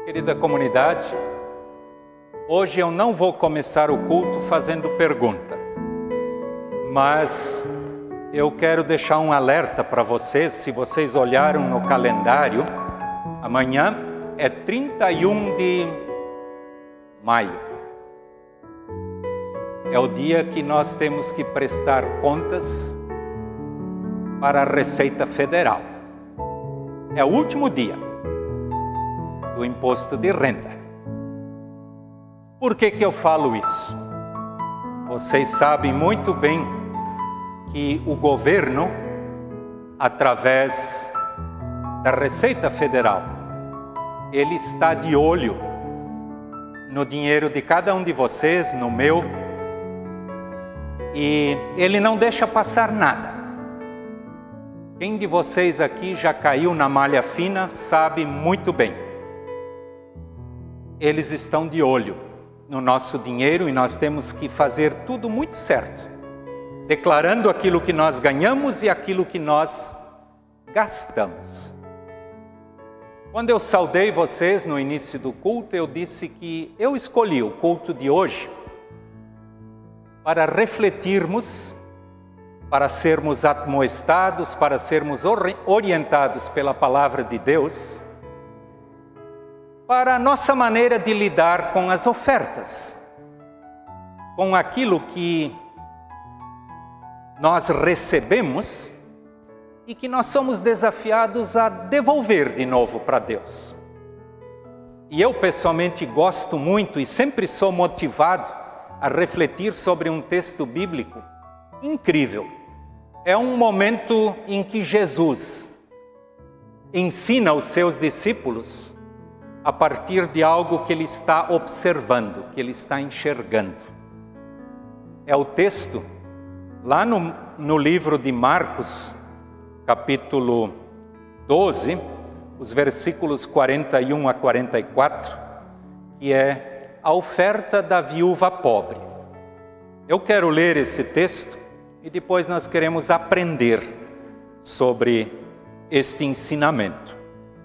Querida comunidade, hoje eu não vou começar o culto fazendo pergunta, mas eu quero deixar um alerta para vocês. Se vocês olharam no calendário, amanhã é 31 de maio. É o dia que nós temos que prestar contas para a Receita Federal. É o último dia do imposto de renda. Por que eu falo isso? Vocês sabem muito bem que o governo, através da Receita Federal, ele está de olho no dinheiro de cada um de vocês, no meu, e ele não deixa passar nada. Quem de vocês aqui já caiu na malha fina sabe muito bem. Eles estão de olho no nosso dinheiro e nós temos que fazer tudo muito certo, declarando aquilo que nós ganhamos e aquilo que nós gastamos. Quando eu saudei vocês no início do culto, eu disse que eu escolhi o culto de hoje para refletirmos, para sermos admoestados, para sermos orientados pela palavra de Deus, para a nossa maneira de lidar com as ofertas, com aquilo que nós recebemos e que nós somos desafiados a devolver de novo para Deus. E eu pessoalmente gosto muito e sempre sou motivado a refletir sobre um texto bíblico incrível. É um momento em que Jesus ensina os seus discípulos a partir de algo que ele está observando, que ele está enxergando. É o texto lá no livro de Marcos, capítulo 12, os versículos 41 a 44, que é a oferta da viúva pobre. Eu quero ler esse texto e depois nós queremos aprender sobre este ensinamento.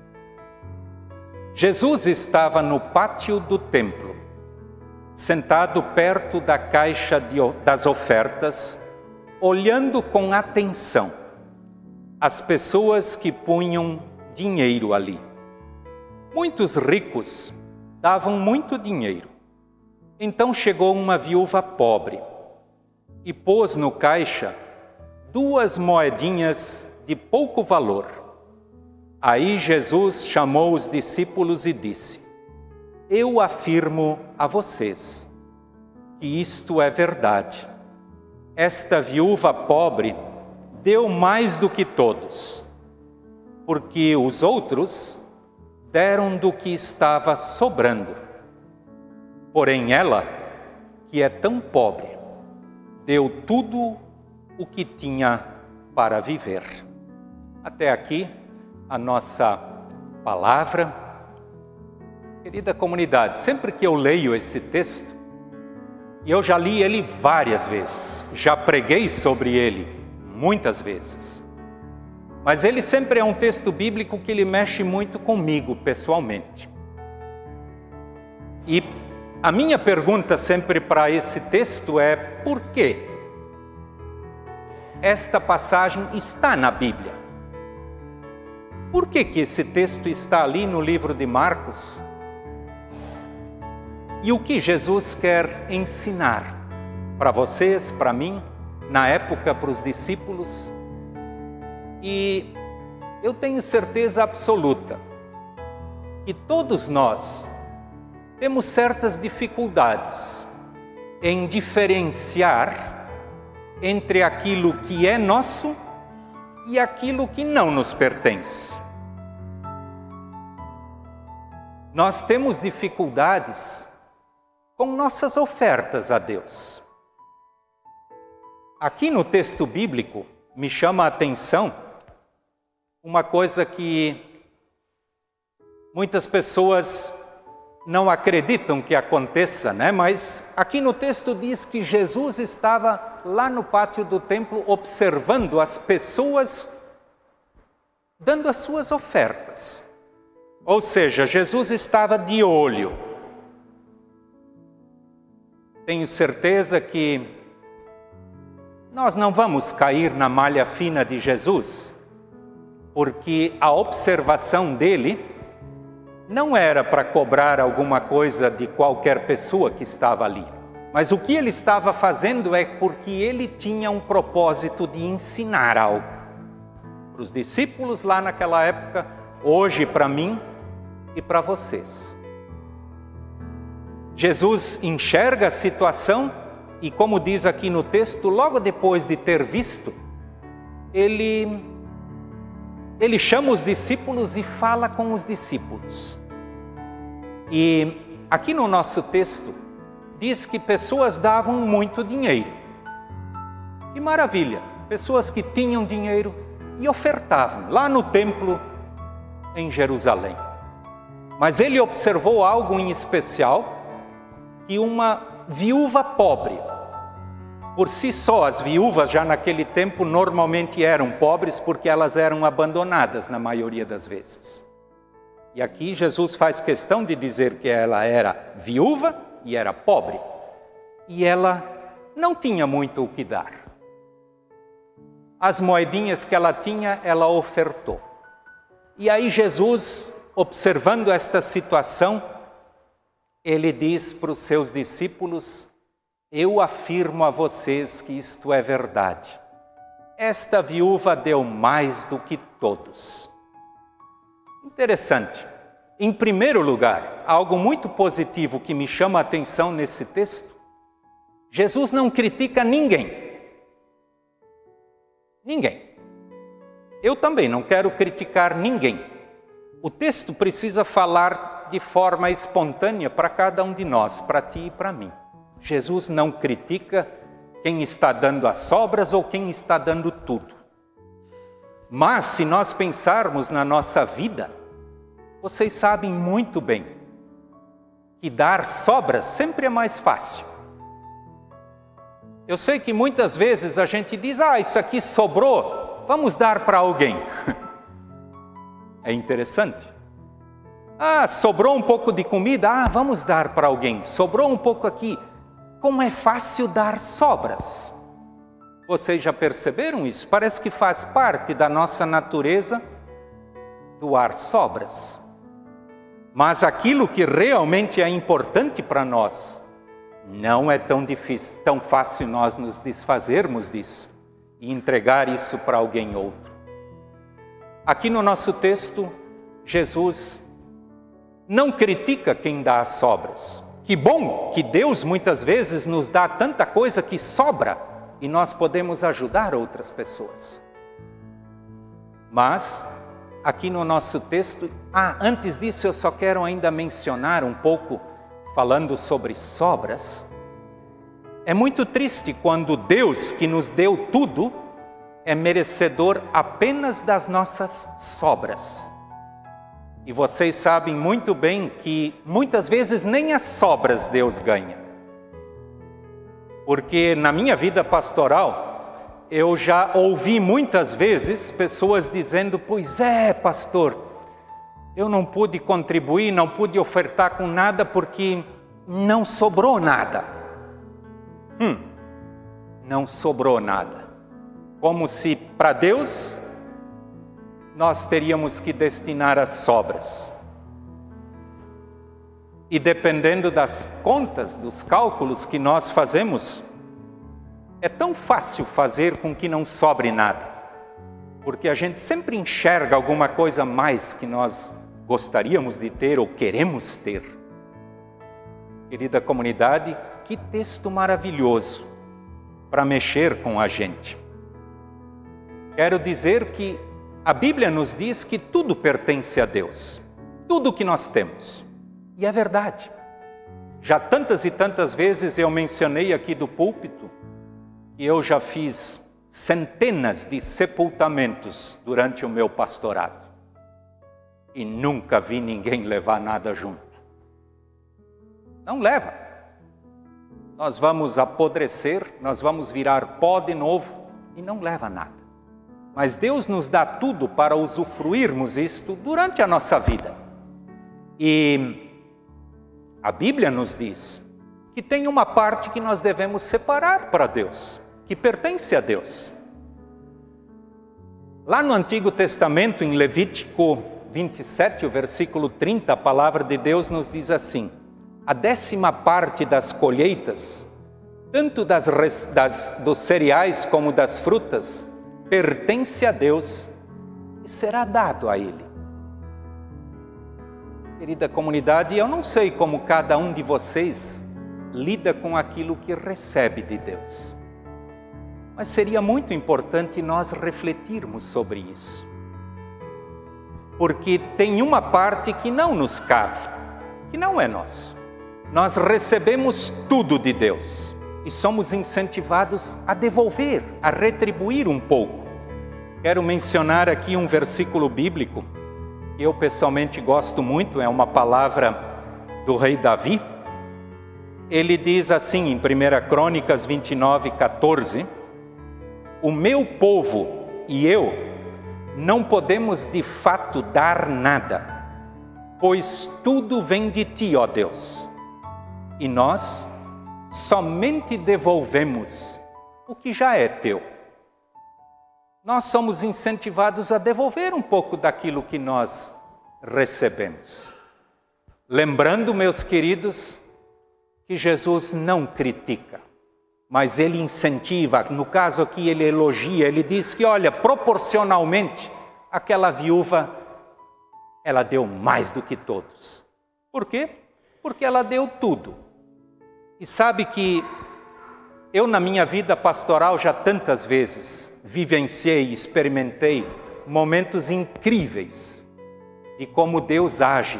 Jesus estava no pátio do templo, sentado perto da caixa das ofertas, olhando com atenção as pessoas que punham dinheiro ali. Muitos ricos davam muito dinheiro. Então chegou uma viúva pobre e pôs no caixa 2 moedinhas de pouco valor. Aí Jesus chamou os discípulos e disse: eu afirmo a vocês que isto é verdade. Esta viúva pobre deu mais do que todos, porque os outros deram do que estava sobrando. Porém ela, que é tão pobre, deu tudo o que tinha para viver. Até aqui a nossa palavra. Querida comunidade, sempre que eu leio esse texto, e eu já li ele várias vezes, já preguei sobre ele muitas vezes, mas ele sempre é um texto bíblico que ele mexe muito comigo pessoalmente. E a minha pergunta sempre para esse texto é: por que esta passagem está na Bíblia? Por que esse texto está ali no livro de Marcos? E o que Jesus quer ensinar para vocês, para mim, na época para os discípulos? E eu tenho certeza absoluta que todos nós temos certas dificuldades em diferenciar entre aquilo que é nosso e aquilo que não nos pertence. Nós temos dificuldades com nossas ofertas a Deus. Aqui no texto bíblico me chama a atenção uma coisa que muitas pessoas não acreditam que aconteça, né? Mas aqui no texto diz que Jesus estava lá no pátio do templo observando as pessoas dando as suas ofertas. Ou seja, Jesus estava de olho. Tenho certeza que nós não vamos cair na malha fina de Jesus, porque a observação dele não era para cobrar alguma coisa de qualquer pessoa que estava ali. Mas o que ele estava fazendo é porque ele tinha um propósito de ensinar algo. Para os discípulos lá naquela época, hoje para mim e para vocês. Jesus enxerga a situação e, como diz aqui no texto, logo depois de ter visto, ele chama os discípulos e fala com os discípulos. E aqui no nosso texto, diz que pessoas davam muito dinheiro. Que maravilha! Pessoas que tinham dinheiro e ofertavam lá no templo em Jerusalém. Mas ele observou algo em especial, que uma viúva pobre, por si só as viúvas já naquele tempo normalmente eram pobres porque elas eram abandonadas na maioria das vezes. E aqui Jesus faz questão de dizer que ela era viúva e era pobre, e ela não tinha muito o que dar. As moedinhas que ela tinha, ela ofertou. E aí Jesus, observando esta situação, ele diz para os seus discípulos: eu afirmo a vocês que isto é verdade. Esta viúva deu mais do que todos. Interessante. Em primeiro lugar, algo muito positivo que me chama a atenção nesse texto, Jesus não critica ninguém. Ninguém. Eu também não quero criticar ninguém. O texto precisa falar de forma espontânea para cada um de nós, para ti e para mim. Jesus não critica quem está dando as sobras ou quem está dando tudo. Mas se nós pensarmos na nossa vida, vocês sabem muito bem que dar sobras sempre é mais fácil. Eu sei que muitas vezes a gente diz: isso aqui sobrou, vamos dar para alguém. É interessante. Sobrou um pouco de comida, vamos dar para alguém. Sobrou um pouco aqui. Como é fácil dar sobras. Vocês já perceberam isso? Parece que faz parte da nossa natureza doar sobras. Mas aquilo que realmente é importante para nós, não é tão difícil, tão fácil nós nos desfazermos disso e entregar isso para alguém outro. Aqui no nosso texto, Jesus não critica quem dá as sobras. Que bom que Deus muitas vezes nos dá tanta coisa que sobra e nós podemos ajudar outras pessoas. Mas aqui no nosso texto, antes disso eu só quero ainda mencionar um pouco, falando sobre sobras. É muito triste quando Deus, que nos deu tudo, é merecedor apenas das nossas sobras. E vocês sabem muito bem que muitas vezes nem as sobras Deus ganha. Porque na minha vida pastoral, eu já ouvi muitas vezes pessoas dizendo: pois é, pastor, eu não pude contribuir, não pude ofertar com nada porque não sobrou nada. Não sobrou nada. Como se para Deus nós teríamos que destinar as sobras. E dependendo das contas, dos cálculos que nós fazemos, é tão fácil fazer com que não sobre nada. Porque a gente sempre enxerga alguma coisa a mais que nós gostaríamos de ter ou queremos ter. Querida comunidade, que texto maravilhoso para mexer com a gente. Quero dizer que a Bíblia nos diz que tudo pertence a Deus, tudo que nós temos. E é verdade. Já tantas e tantas vezes eu mencionei aqui do púlpito que eu já fiz centenas de sepultamentos durante o meu pastorado. E nunca vi ninguém levar nada junto. Não leva. Nós vamos apodrecer, nós vamos virar pó de novo e não leva nada. Mas Deus nos dá tudo para usufruirmos isto durante a nossa vida. E a Bíblia nos diz que tem uma parte que nós devemos separar para Deus, que pertence a Deus. Lá no Antigo Testamento, em Levítico 27, o versículo 30, a palavra de Deus nos diz assim: a 10ª parte das colheitas, tanto dos cereais como das frutas, pertence a Deus e será dado a Ele. Querida comunidade, eu não sei como cada um de vocês lida com aquilo que recebe de Deus. Mas seria muito importante nós refletirmos sobre isso. Porque tem uma parte que não nos cabe, que não é nosso. Nós recebemos tudo de Deus e somos incentivados a devolver, a retribuir um pouco. Quero mencionar aqui um versículo bíblico que eu pessoalmente gosto muito, é uma palavra do rei Davi. Ele diz assim em 1 Crônicas 29, 14: o meu povo e eu não podemos de fato dar nada, pois tudo vem de ti, ó Deus, e nós somente devolvemos o que já é teu. Nós somos incentivados a devolver um pouco daquilo que nós recebemos. Lembrando, meus queridos, que Jesus não critica, mas Ele incentiva. No caso aqui, Ele elogia, Ele diz que, olha, proporcionalmente, aquela viúva, ela deu mais do que todos. Por quê? Porque ela deu tudo. E sabe que eu, na minha vida pastoral, já tantas vezes vivenciei, experimentei momentos incríveis de como Deus age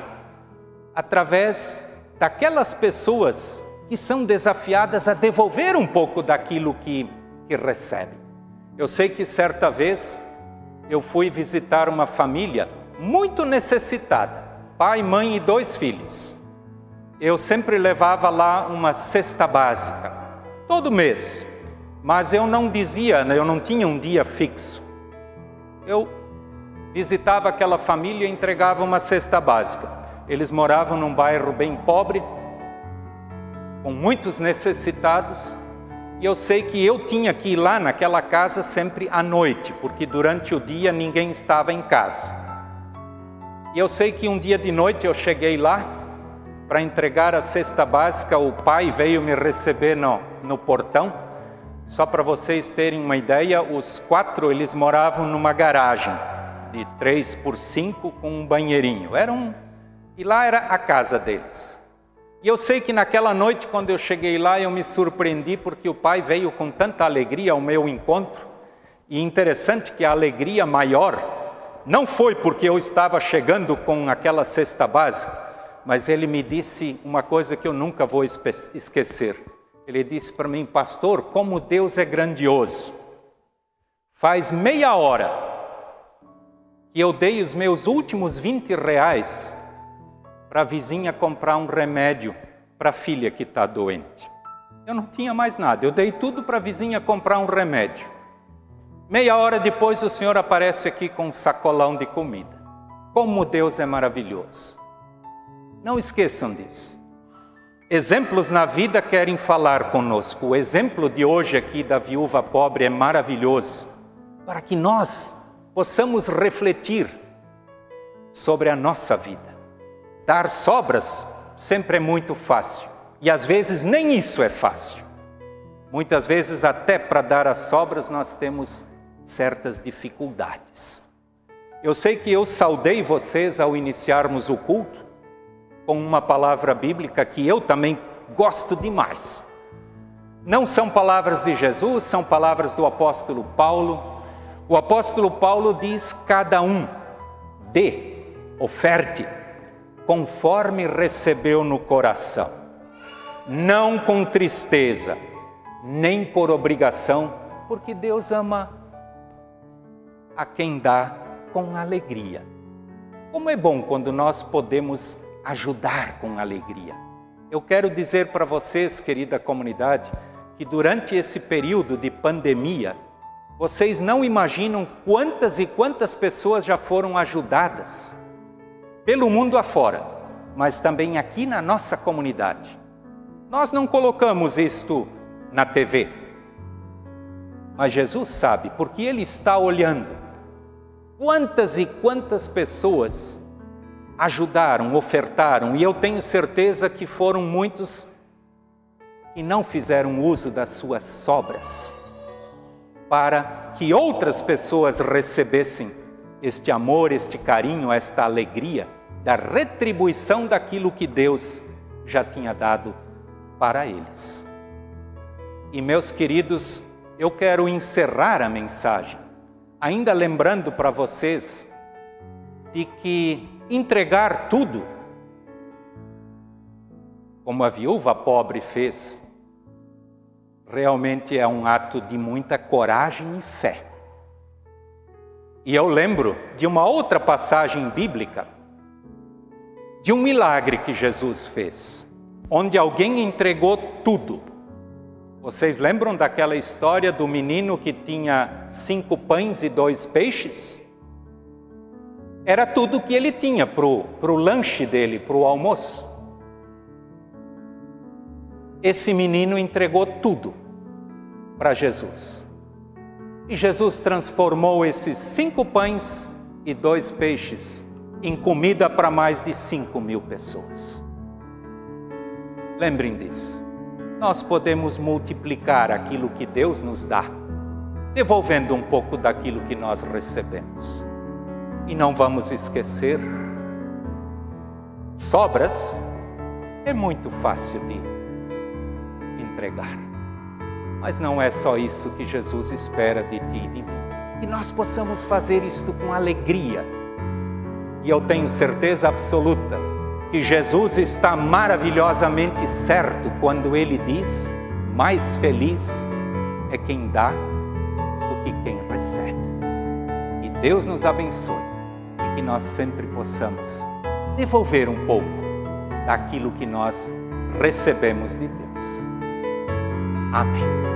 através daquelas pessoas que são desafiadas a devolver um pouco daquilo que recebem. Eu sei que certa vez eu fui visitar uma família muito necessitada, pai, mãe e 2 filhos. Eu sempre levava lá uma cesta básica, todo mês, mas eu não tinha um dia fixo. Eu visitava aquela família e entregava uma cesta básica. Eles moravam num bairro bem pobre, com muitos necessitados, e eu sei que eu tinha que ir lá naquela casa sempre à noite, porque durante o dia ninguém estava em casa. E eu sei que um dia de noite eu cheguei lá para entregar a cesta básica, o pai veio me receber no portão. Só para vocês terem uma ideia, os 4 eles moravam numa garagem de 3x5 com um banheirinho. E lá era a casa deles. E eu sei que naquela noite, quando eu cheguei lá, eu me surpreendi porque o pai veio com tanta alegria ao meu encontro. E interessante que a alegria maior não foi porque eu estava chegando com aquela cesta básica, mas ele me disse uma coisa que eu nunca vou esquecer. Ele disse para mim: pastor, como Deus é grandioso. Faz meia hora que eu dei os meus últimos 20 reais para a vizinha comprar um remédio para a filha que está doente. Eu não tinha mais nada, eu dei tudo para a vizinha comprar um remédio. Meia hora depois o Senhor aparece aqui com um sacolão de comida. Como Deus é maravilhoso. Não esqueçam disso. Exemplos na vida querem falar conosco. O exemplo de hoje aqui da viúva pobre é maravilhoso, para que nós possamos refletir sobre a nossa vida. Dar sobras sempre é muito fácil, e às vezes nem isso é fácil. Muitas vezes até para dar as sobras nós temos certas dificuldades. Eu sei que eu saudei vocês ao iniciarmos o culto com uma palavra bíblica que eu também gosto demais. Não são palavras de Jesus, são palavras do apóstolo Paulo. O apóstolo Paulo diz: cada um dê, oferte, conforme recebeu no coração, não com tristeza, nem por obrigação, porque Deus ama a quem dá com alegria. Como é bom quando nós podemos ajudar com alegria. Eu quero dizer para vocês, querida comunidade, que durante esse período de pandemia, vocês não imaginam quantas e quantas pessoas já foram ajudadas pelo mundo afora. mas também aqui na nossa comunidade. Nós não colocamos isto na TV, mas Jesus sabe, porque Ele está olhando quantas e quantas pessoas ajudaram, ofertaram, e eu tenho certeza que foram muitos que não fizeram uso das suas sobras, para que outras pessoas recebessem este amor, este carinho, esta alegria da retribuição daquilo que Deus já tinha dado para eles. E meus queridos, eu quero encerrar a mensagem, ainda lembrando para vocês de que entregar tudo, como a viúva pobre fez, realmente é um ato de muita coragem e fé. E eu lembro de uma outra passagem bíblica, de um milagre que Jesus fez, onde alguém entregou tudo. Vocês lembram daquela história do menino que tinha 5 pães e 2 peixes? Era tudo que ele tinha para o lanche dele, para o almoço. Esse menino entregou tudo para Jesus. E Jesus transformou esses 5 pães e 2 peixes em comida para mais de 5.000 pessoas. Lembrem disso. Nós podemos multiplicar aquilo que Deus nos dá, devolvendo um pouco daquilo que nós recebemos. E não vamos esquecer, sobras é muito fácil de entregar. Mas não é só isso que Jesus espera de ti e de mim. Que nós possamos fazer isto com alegria. E eu tenho certeza absoluta que Jesus está maravilhosamente certo quando Ele diz: mais feliz é quem dá do que quem recebe. Que Deus nos abençoe e que nós sempre possamos devolver um pouco daquilo que nós recebemos de Deus. Amém.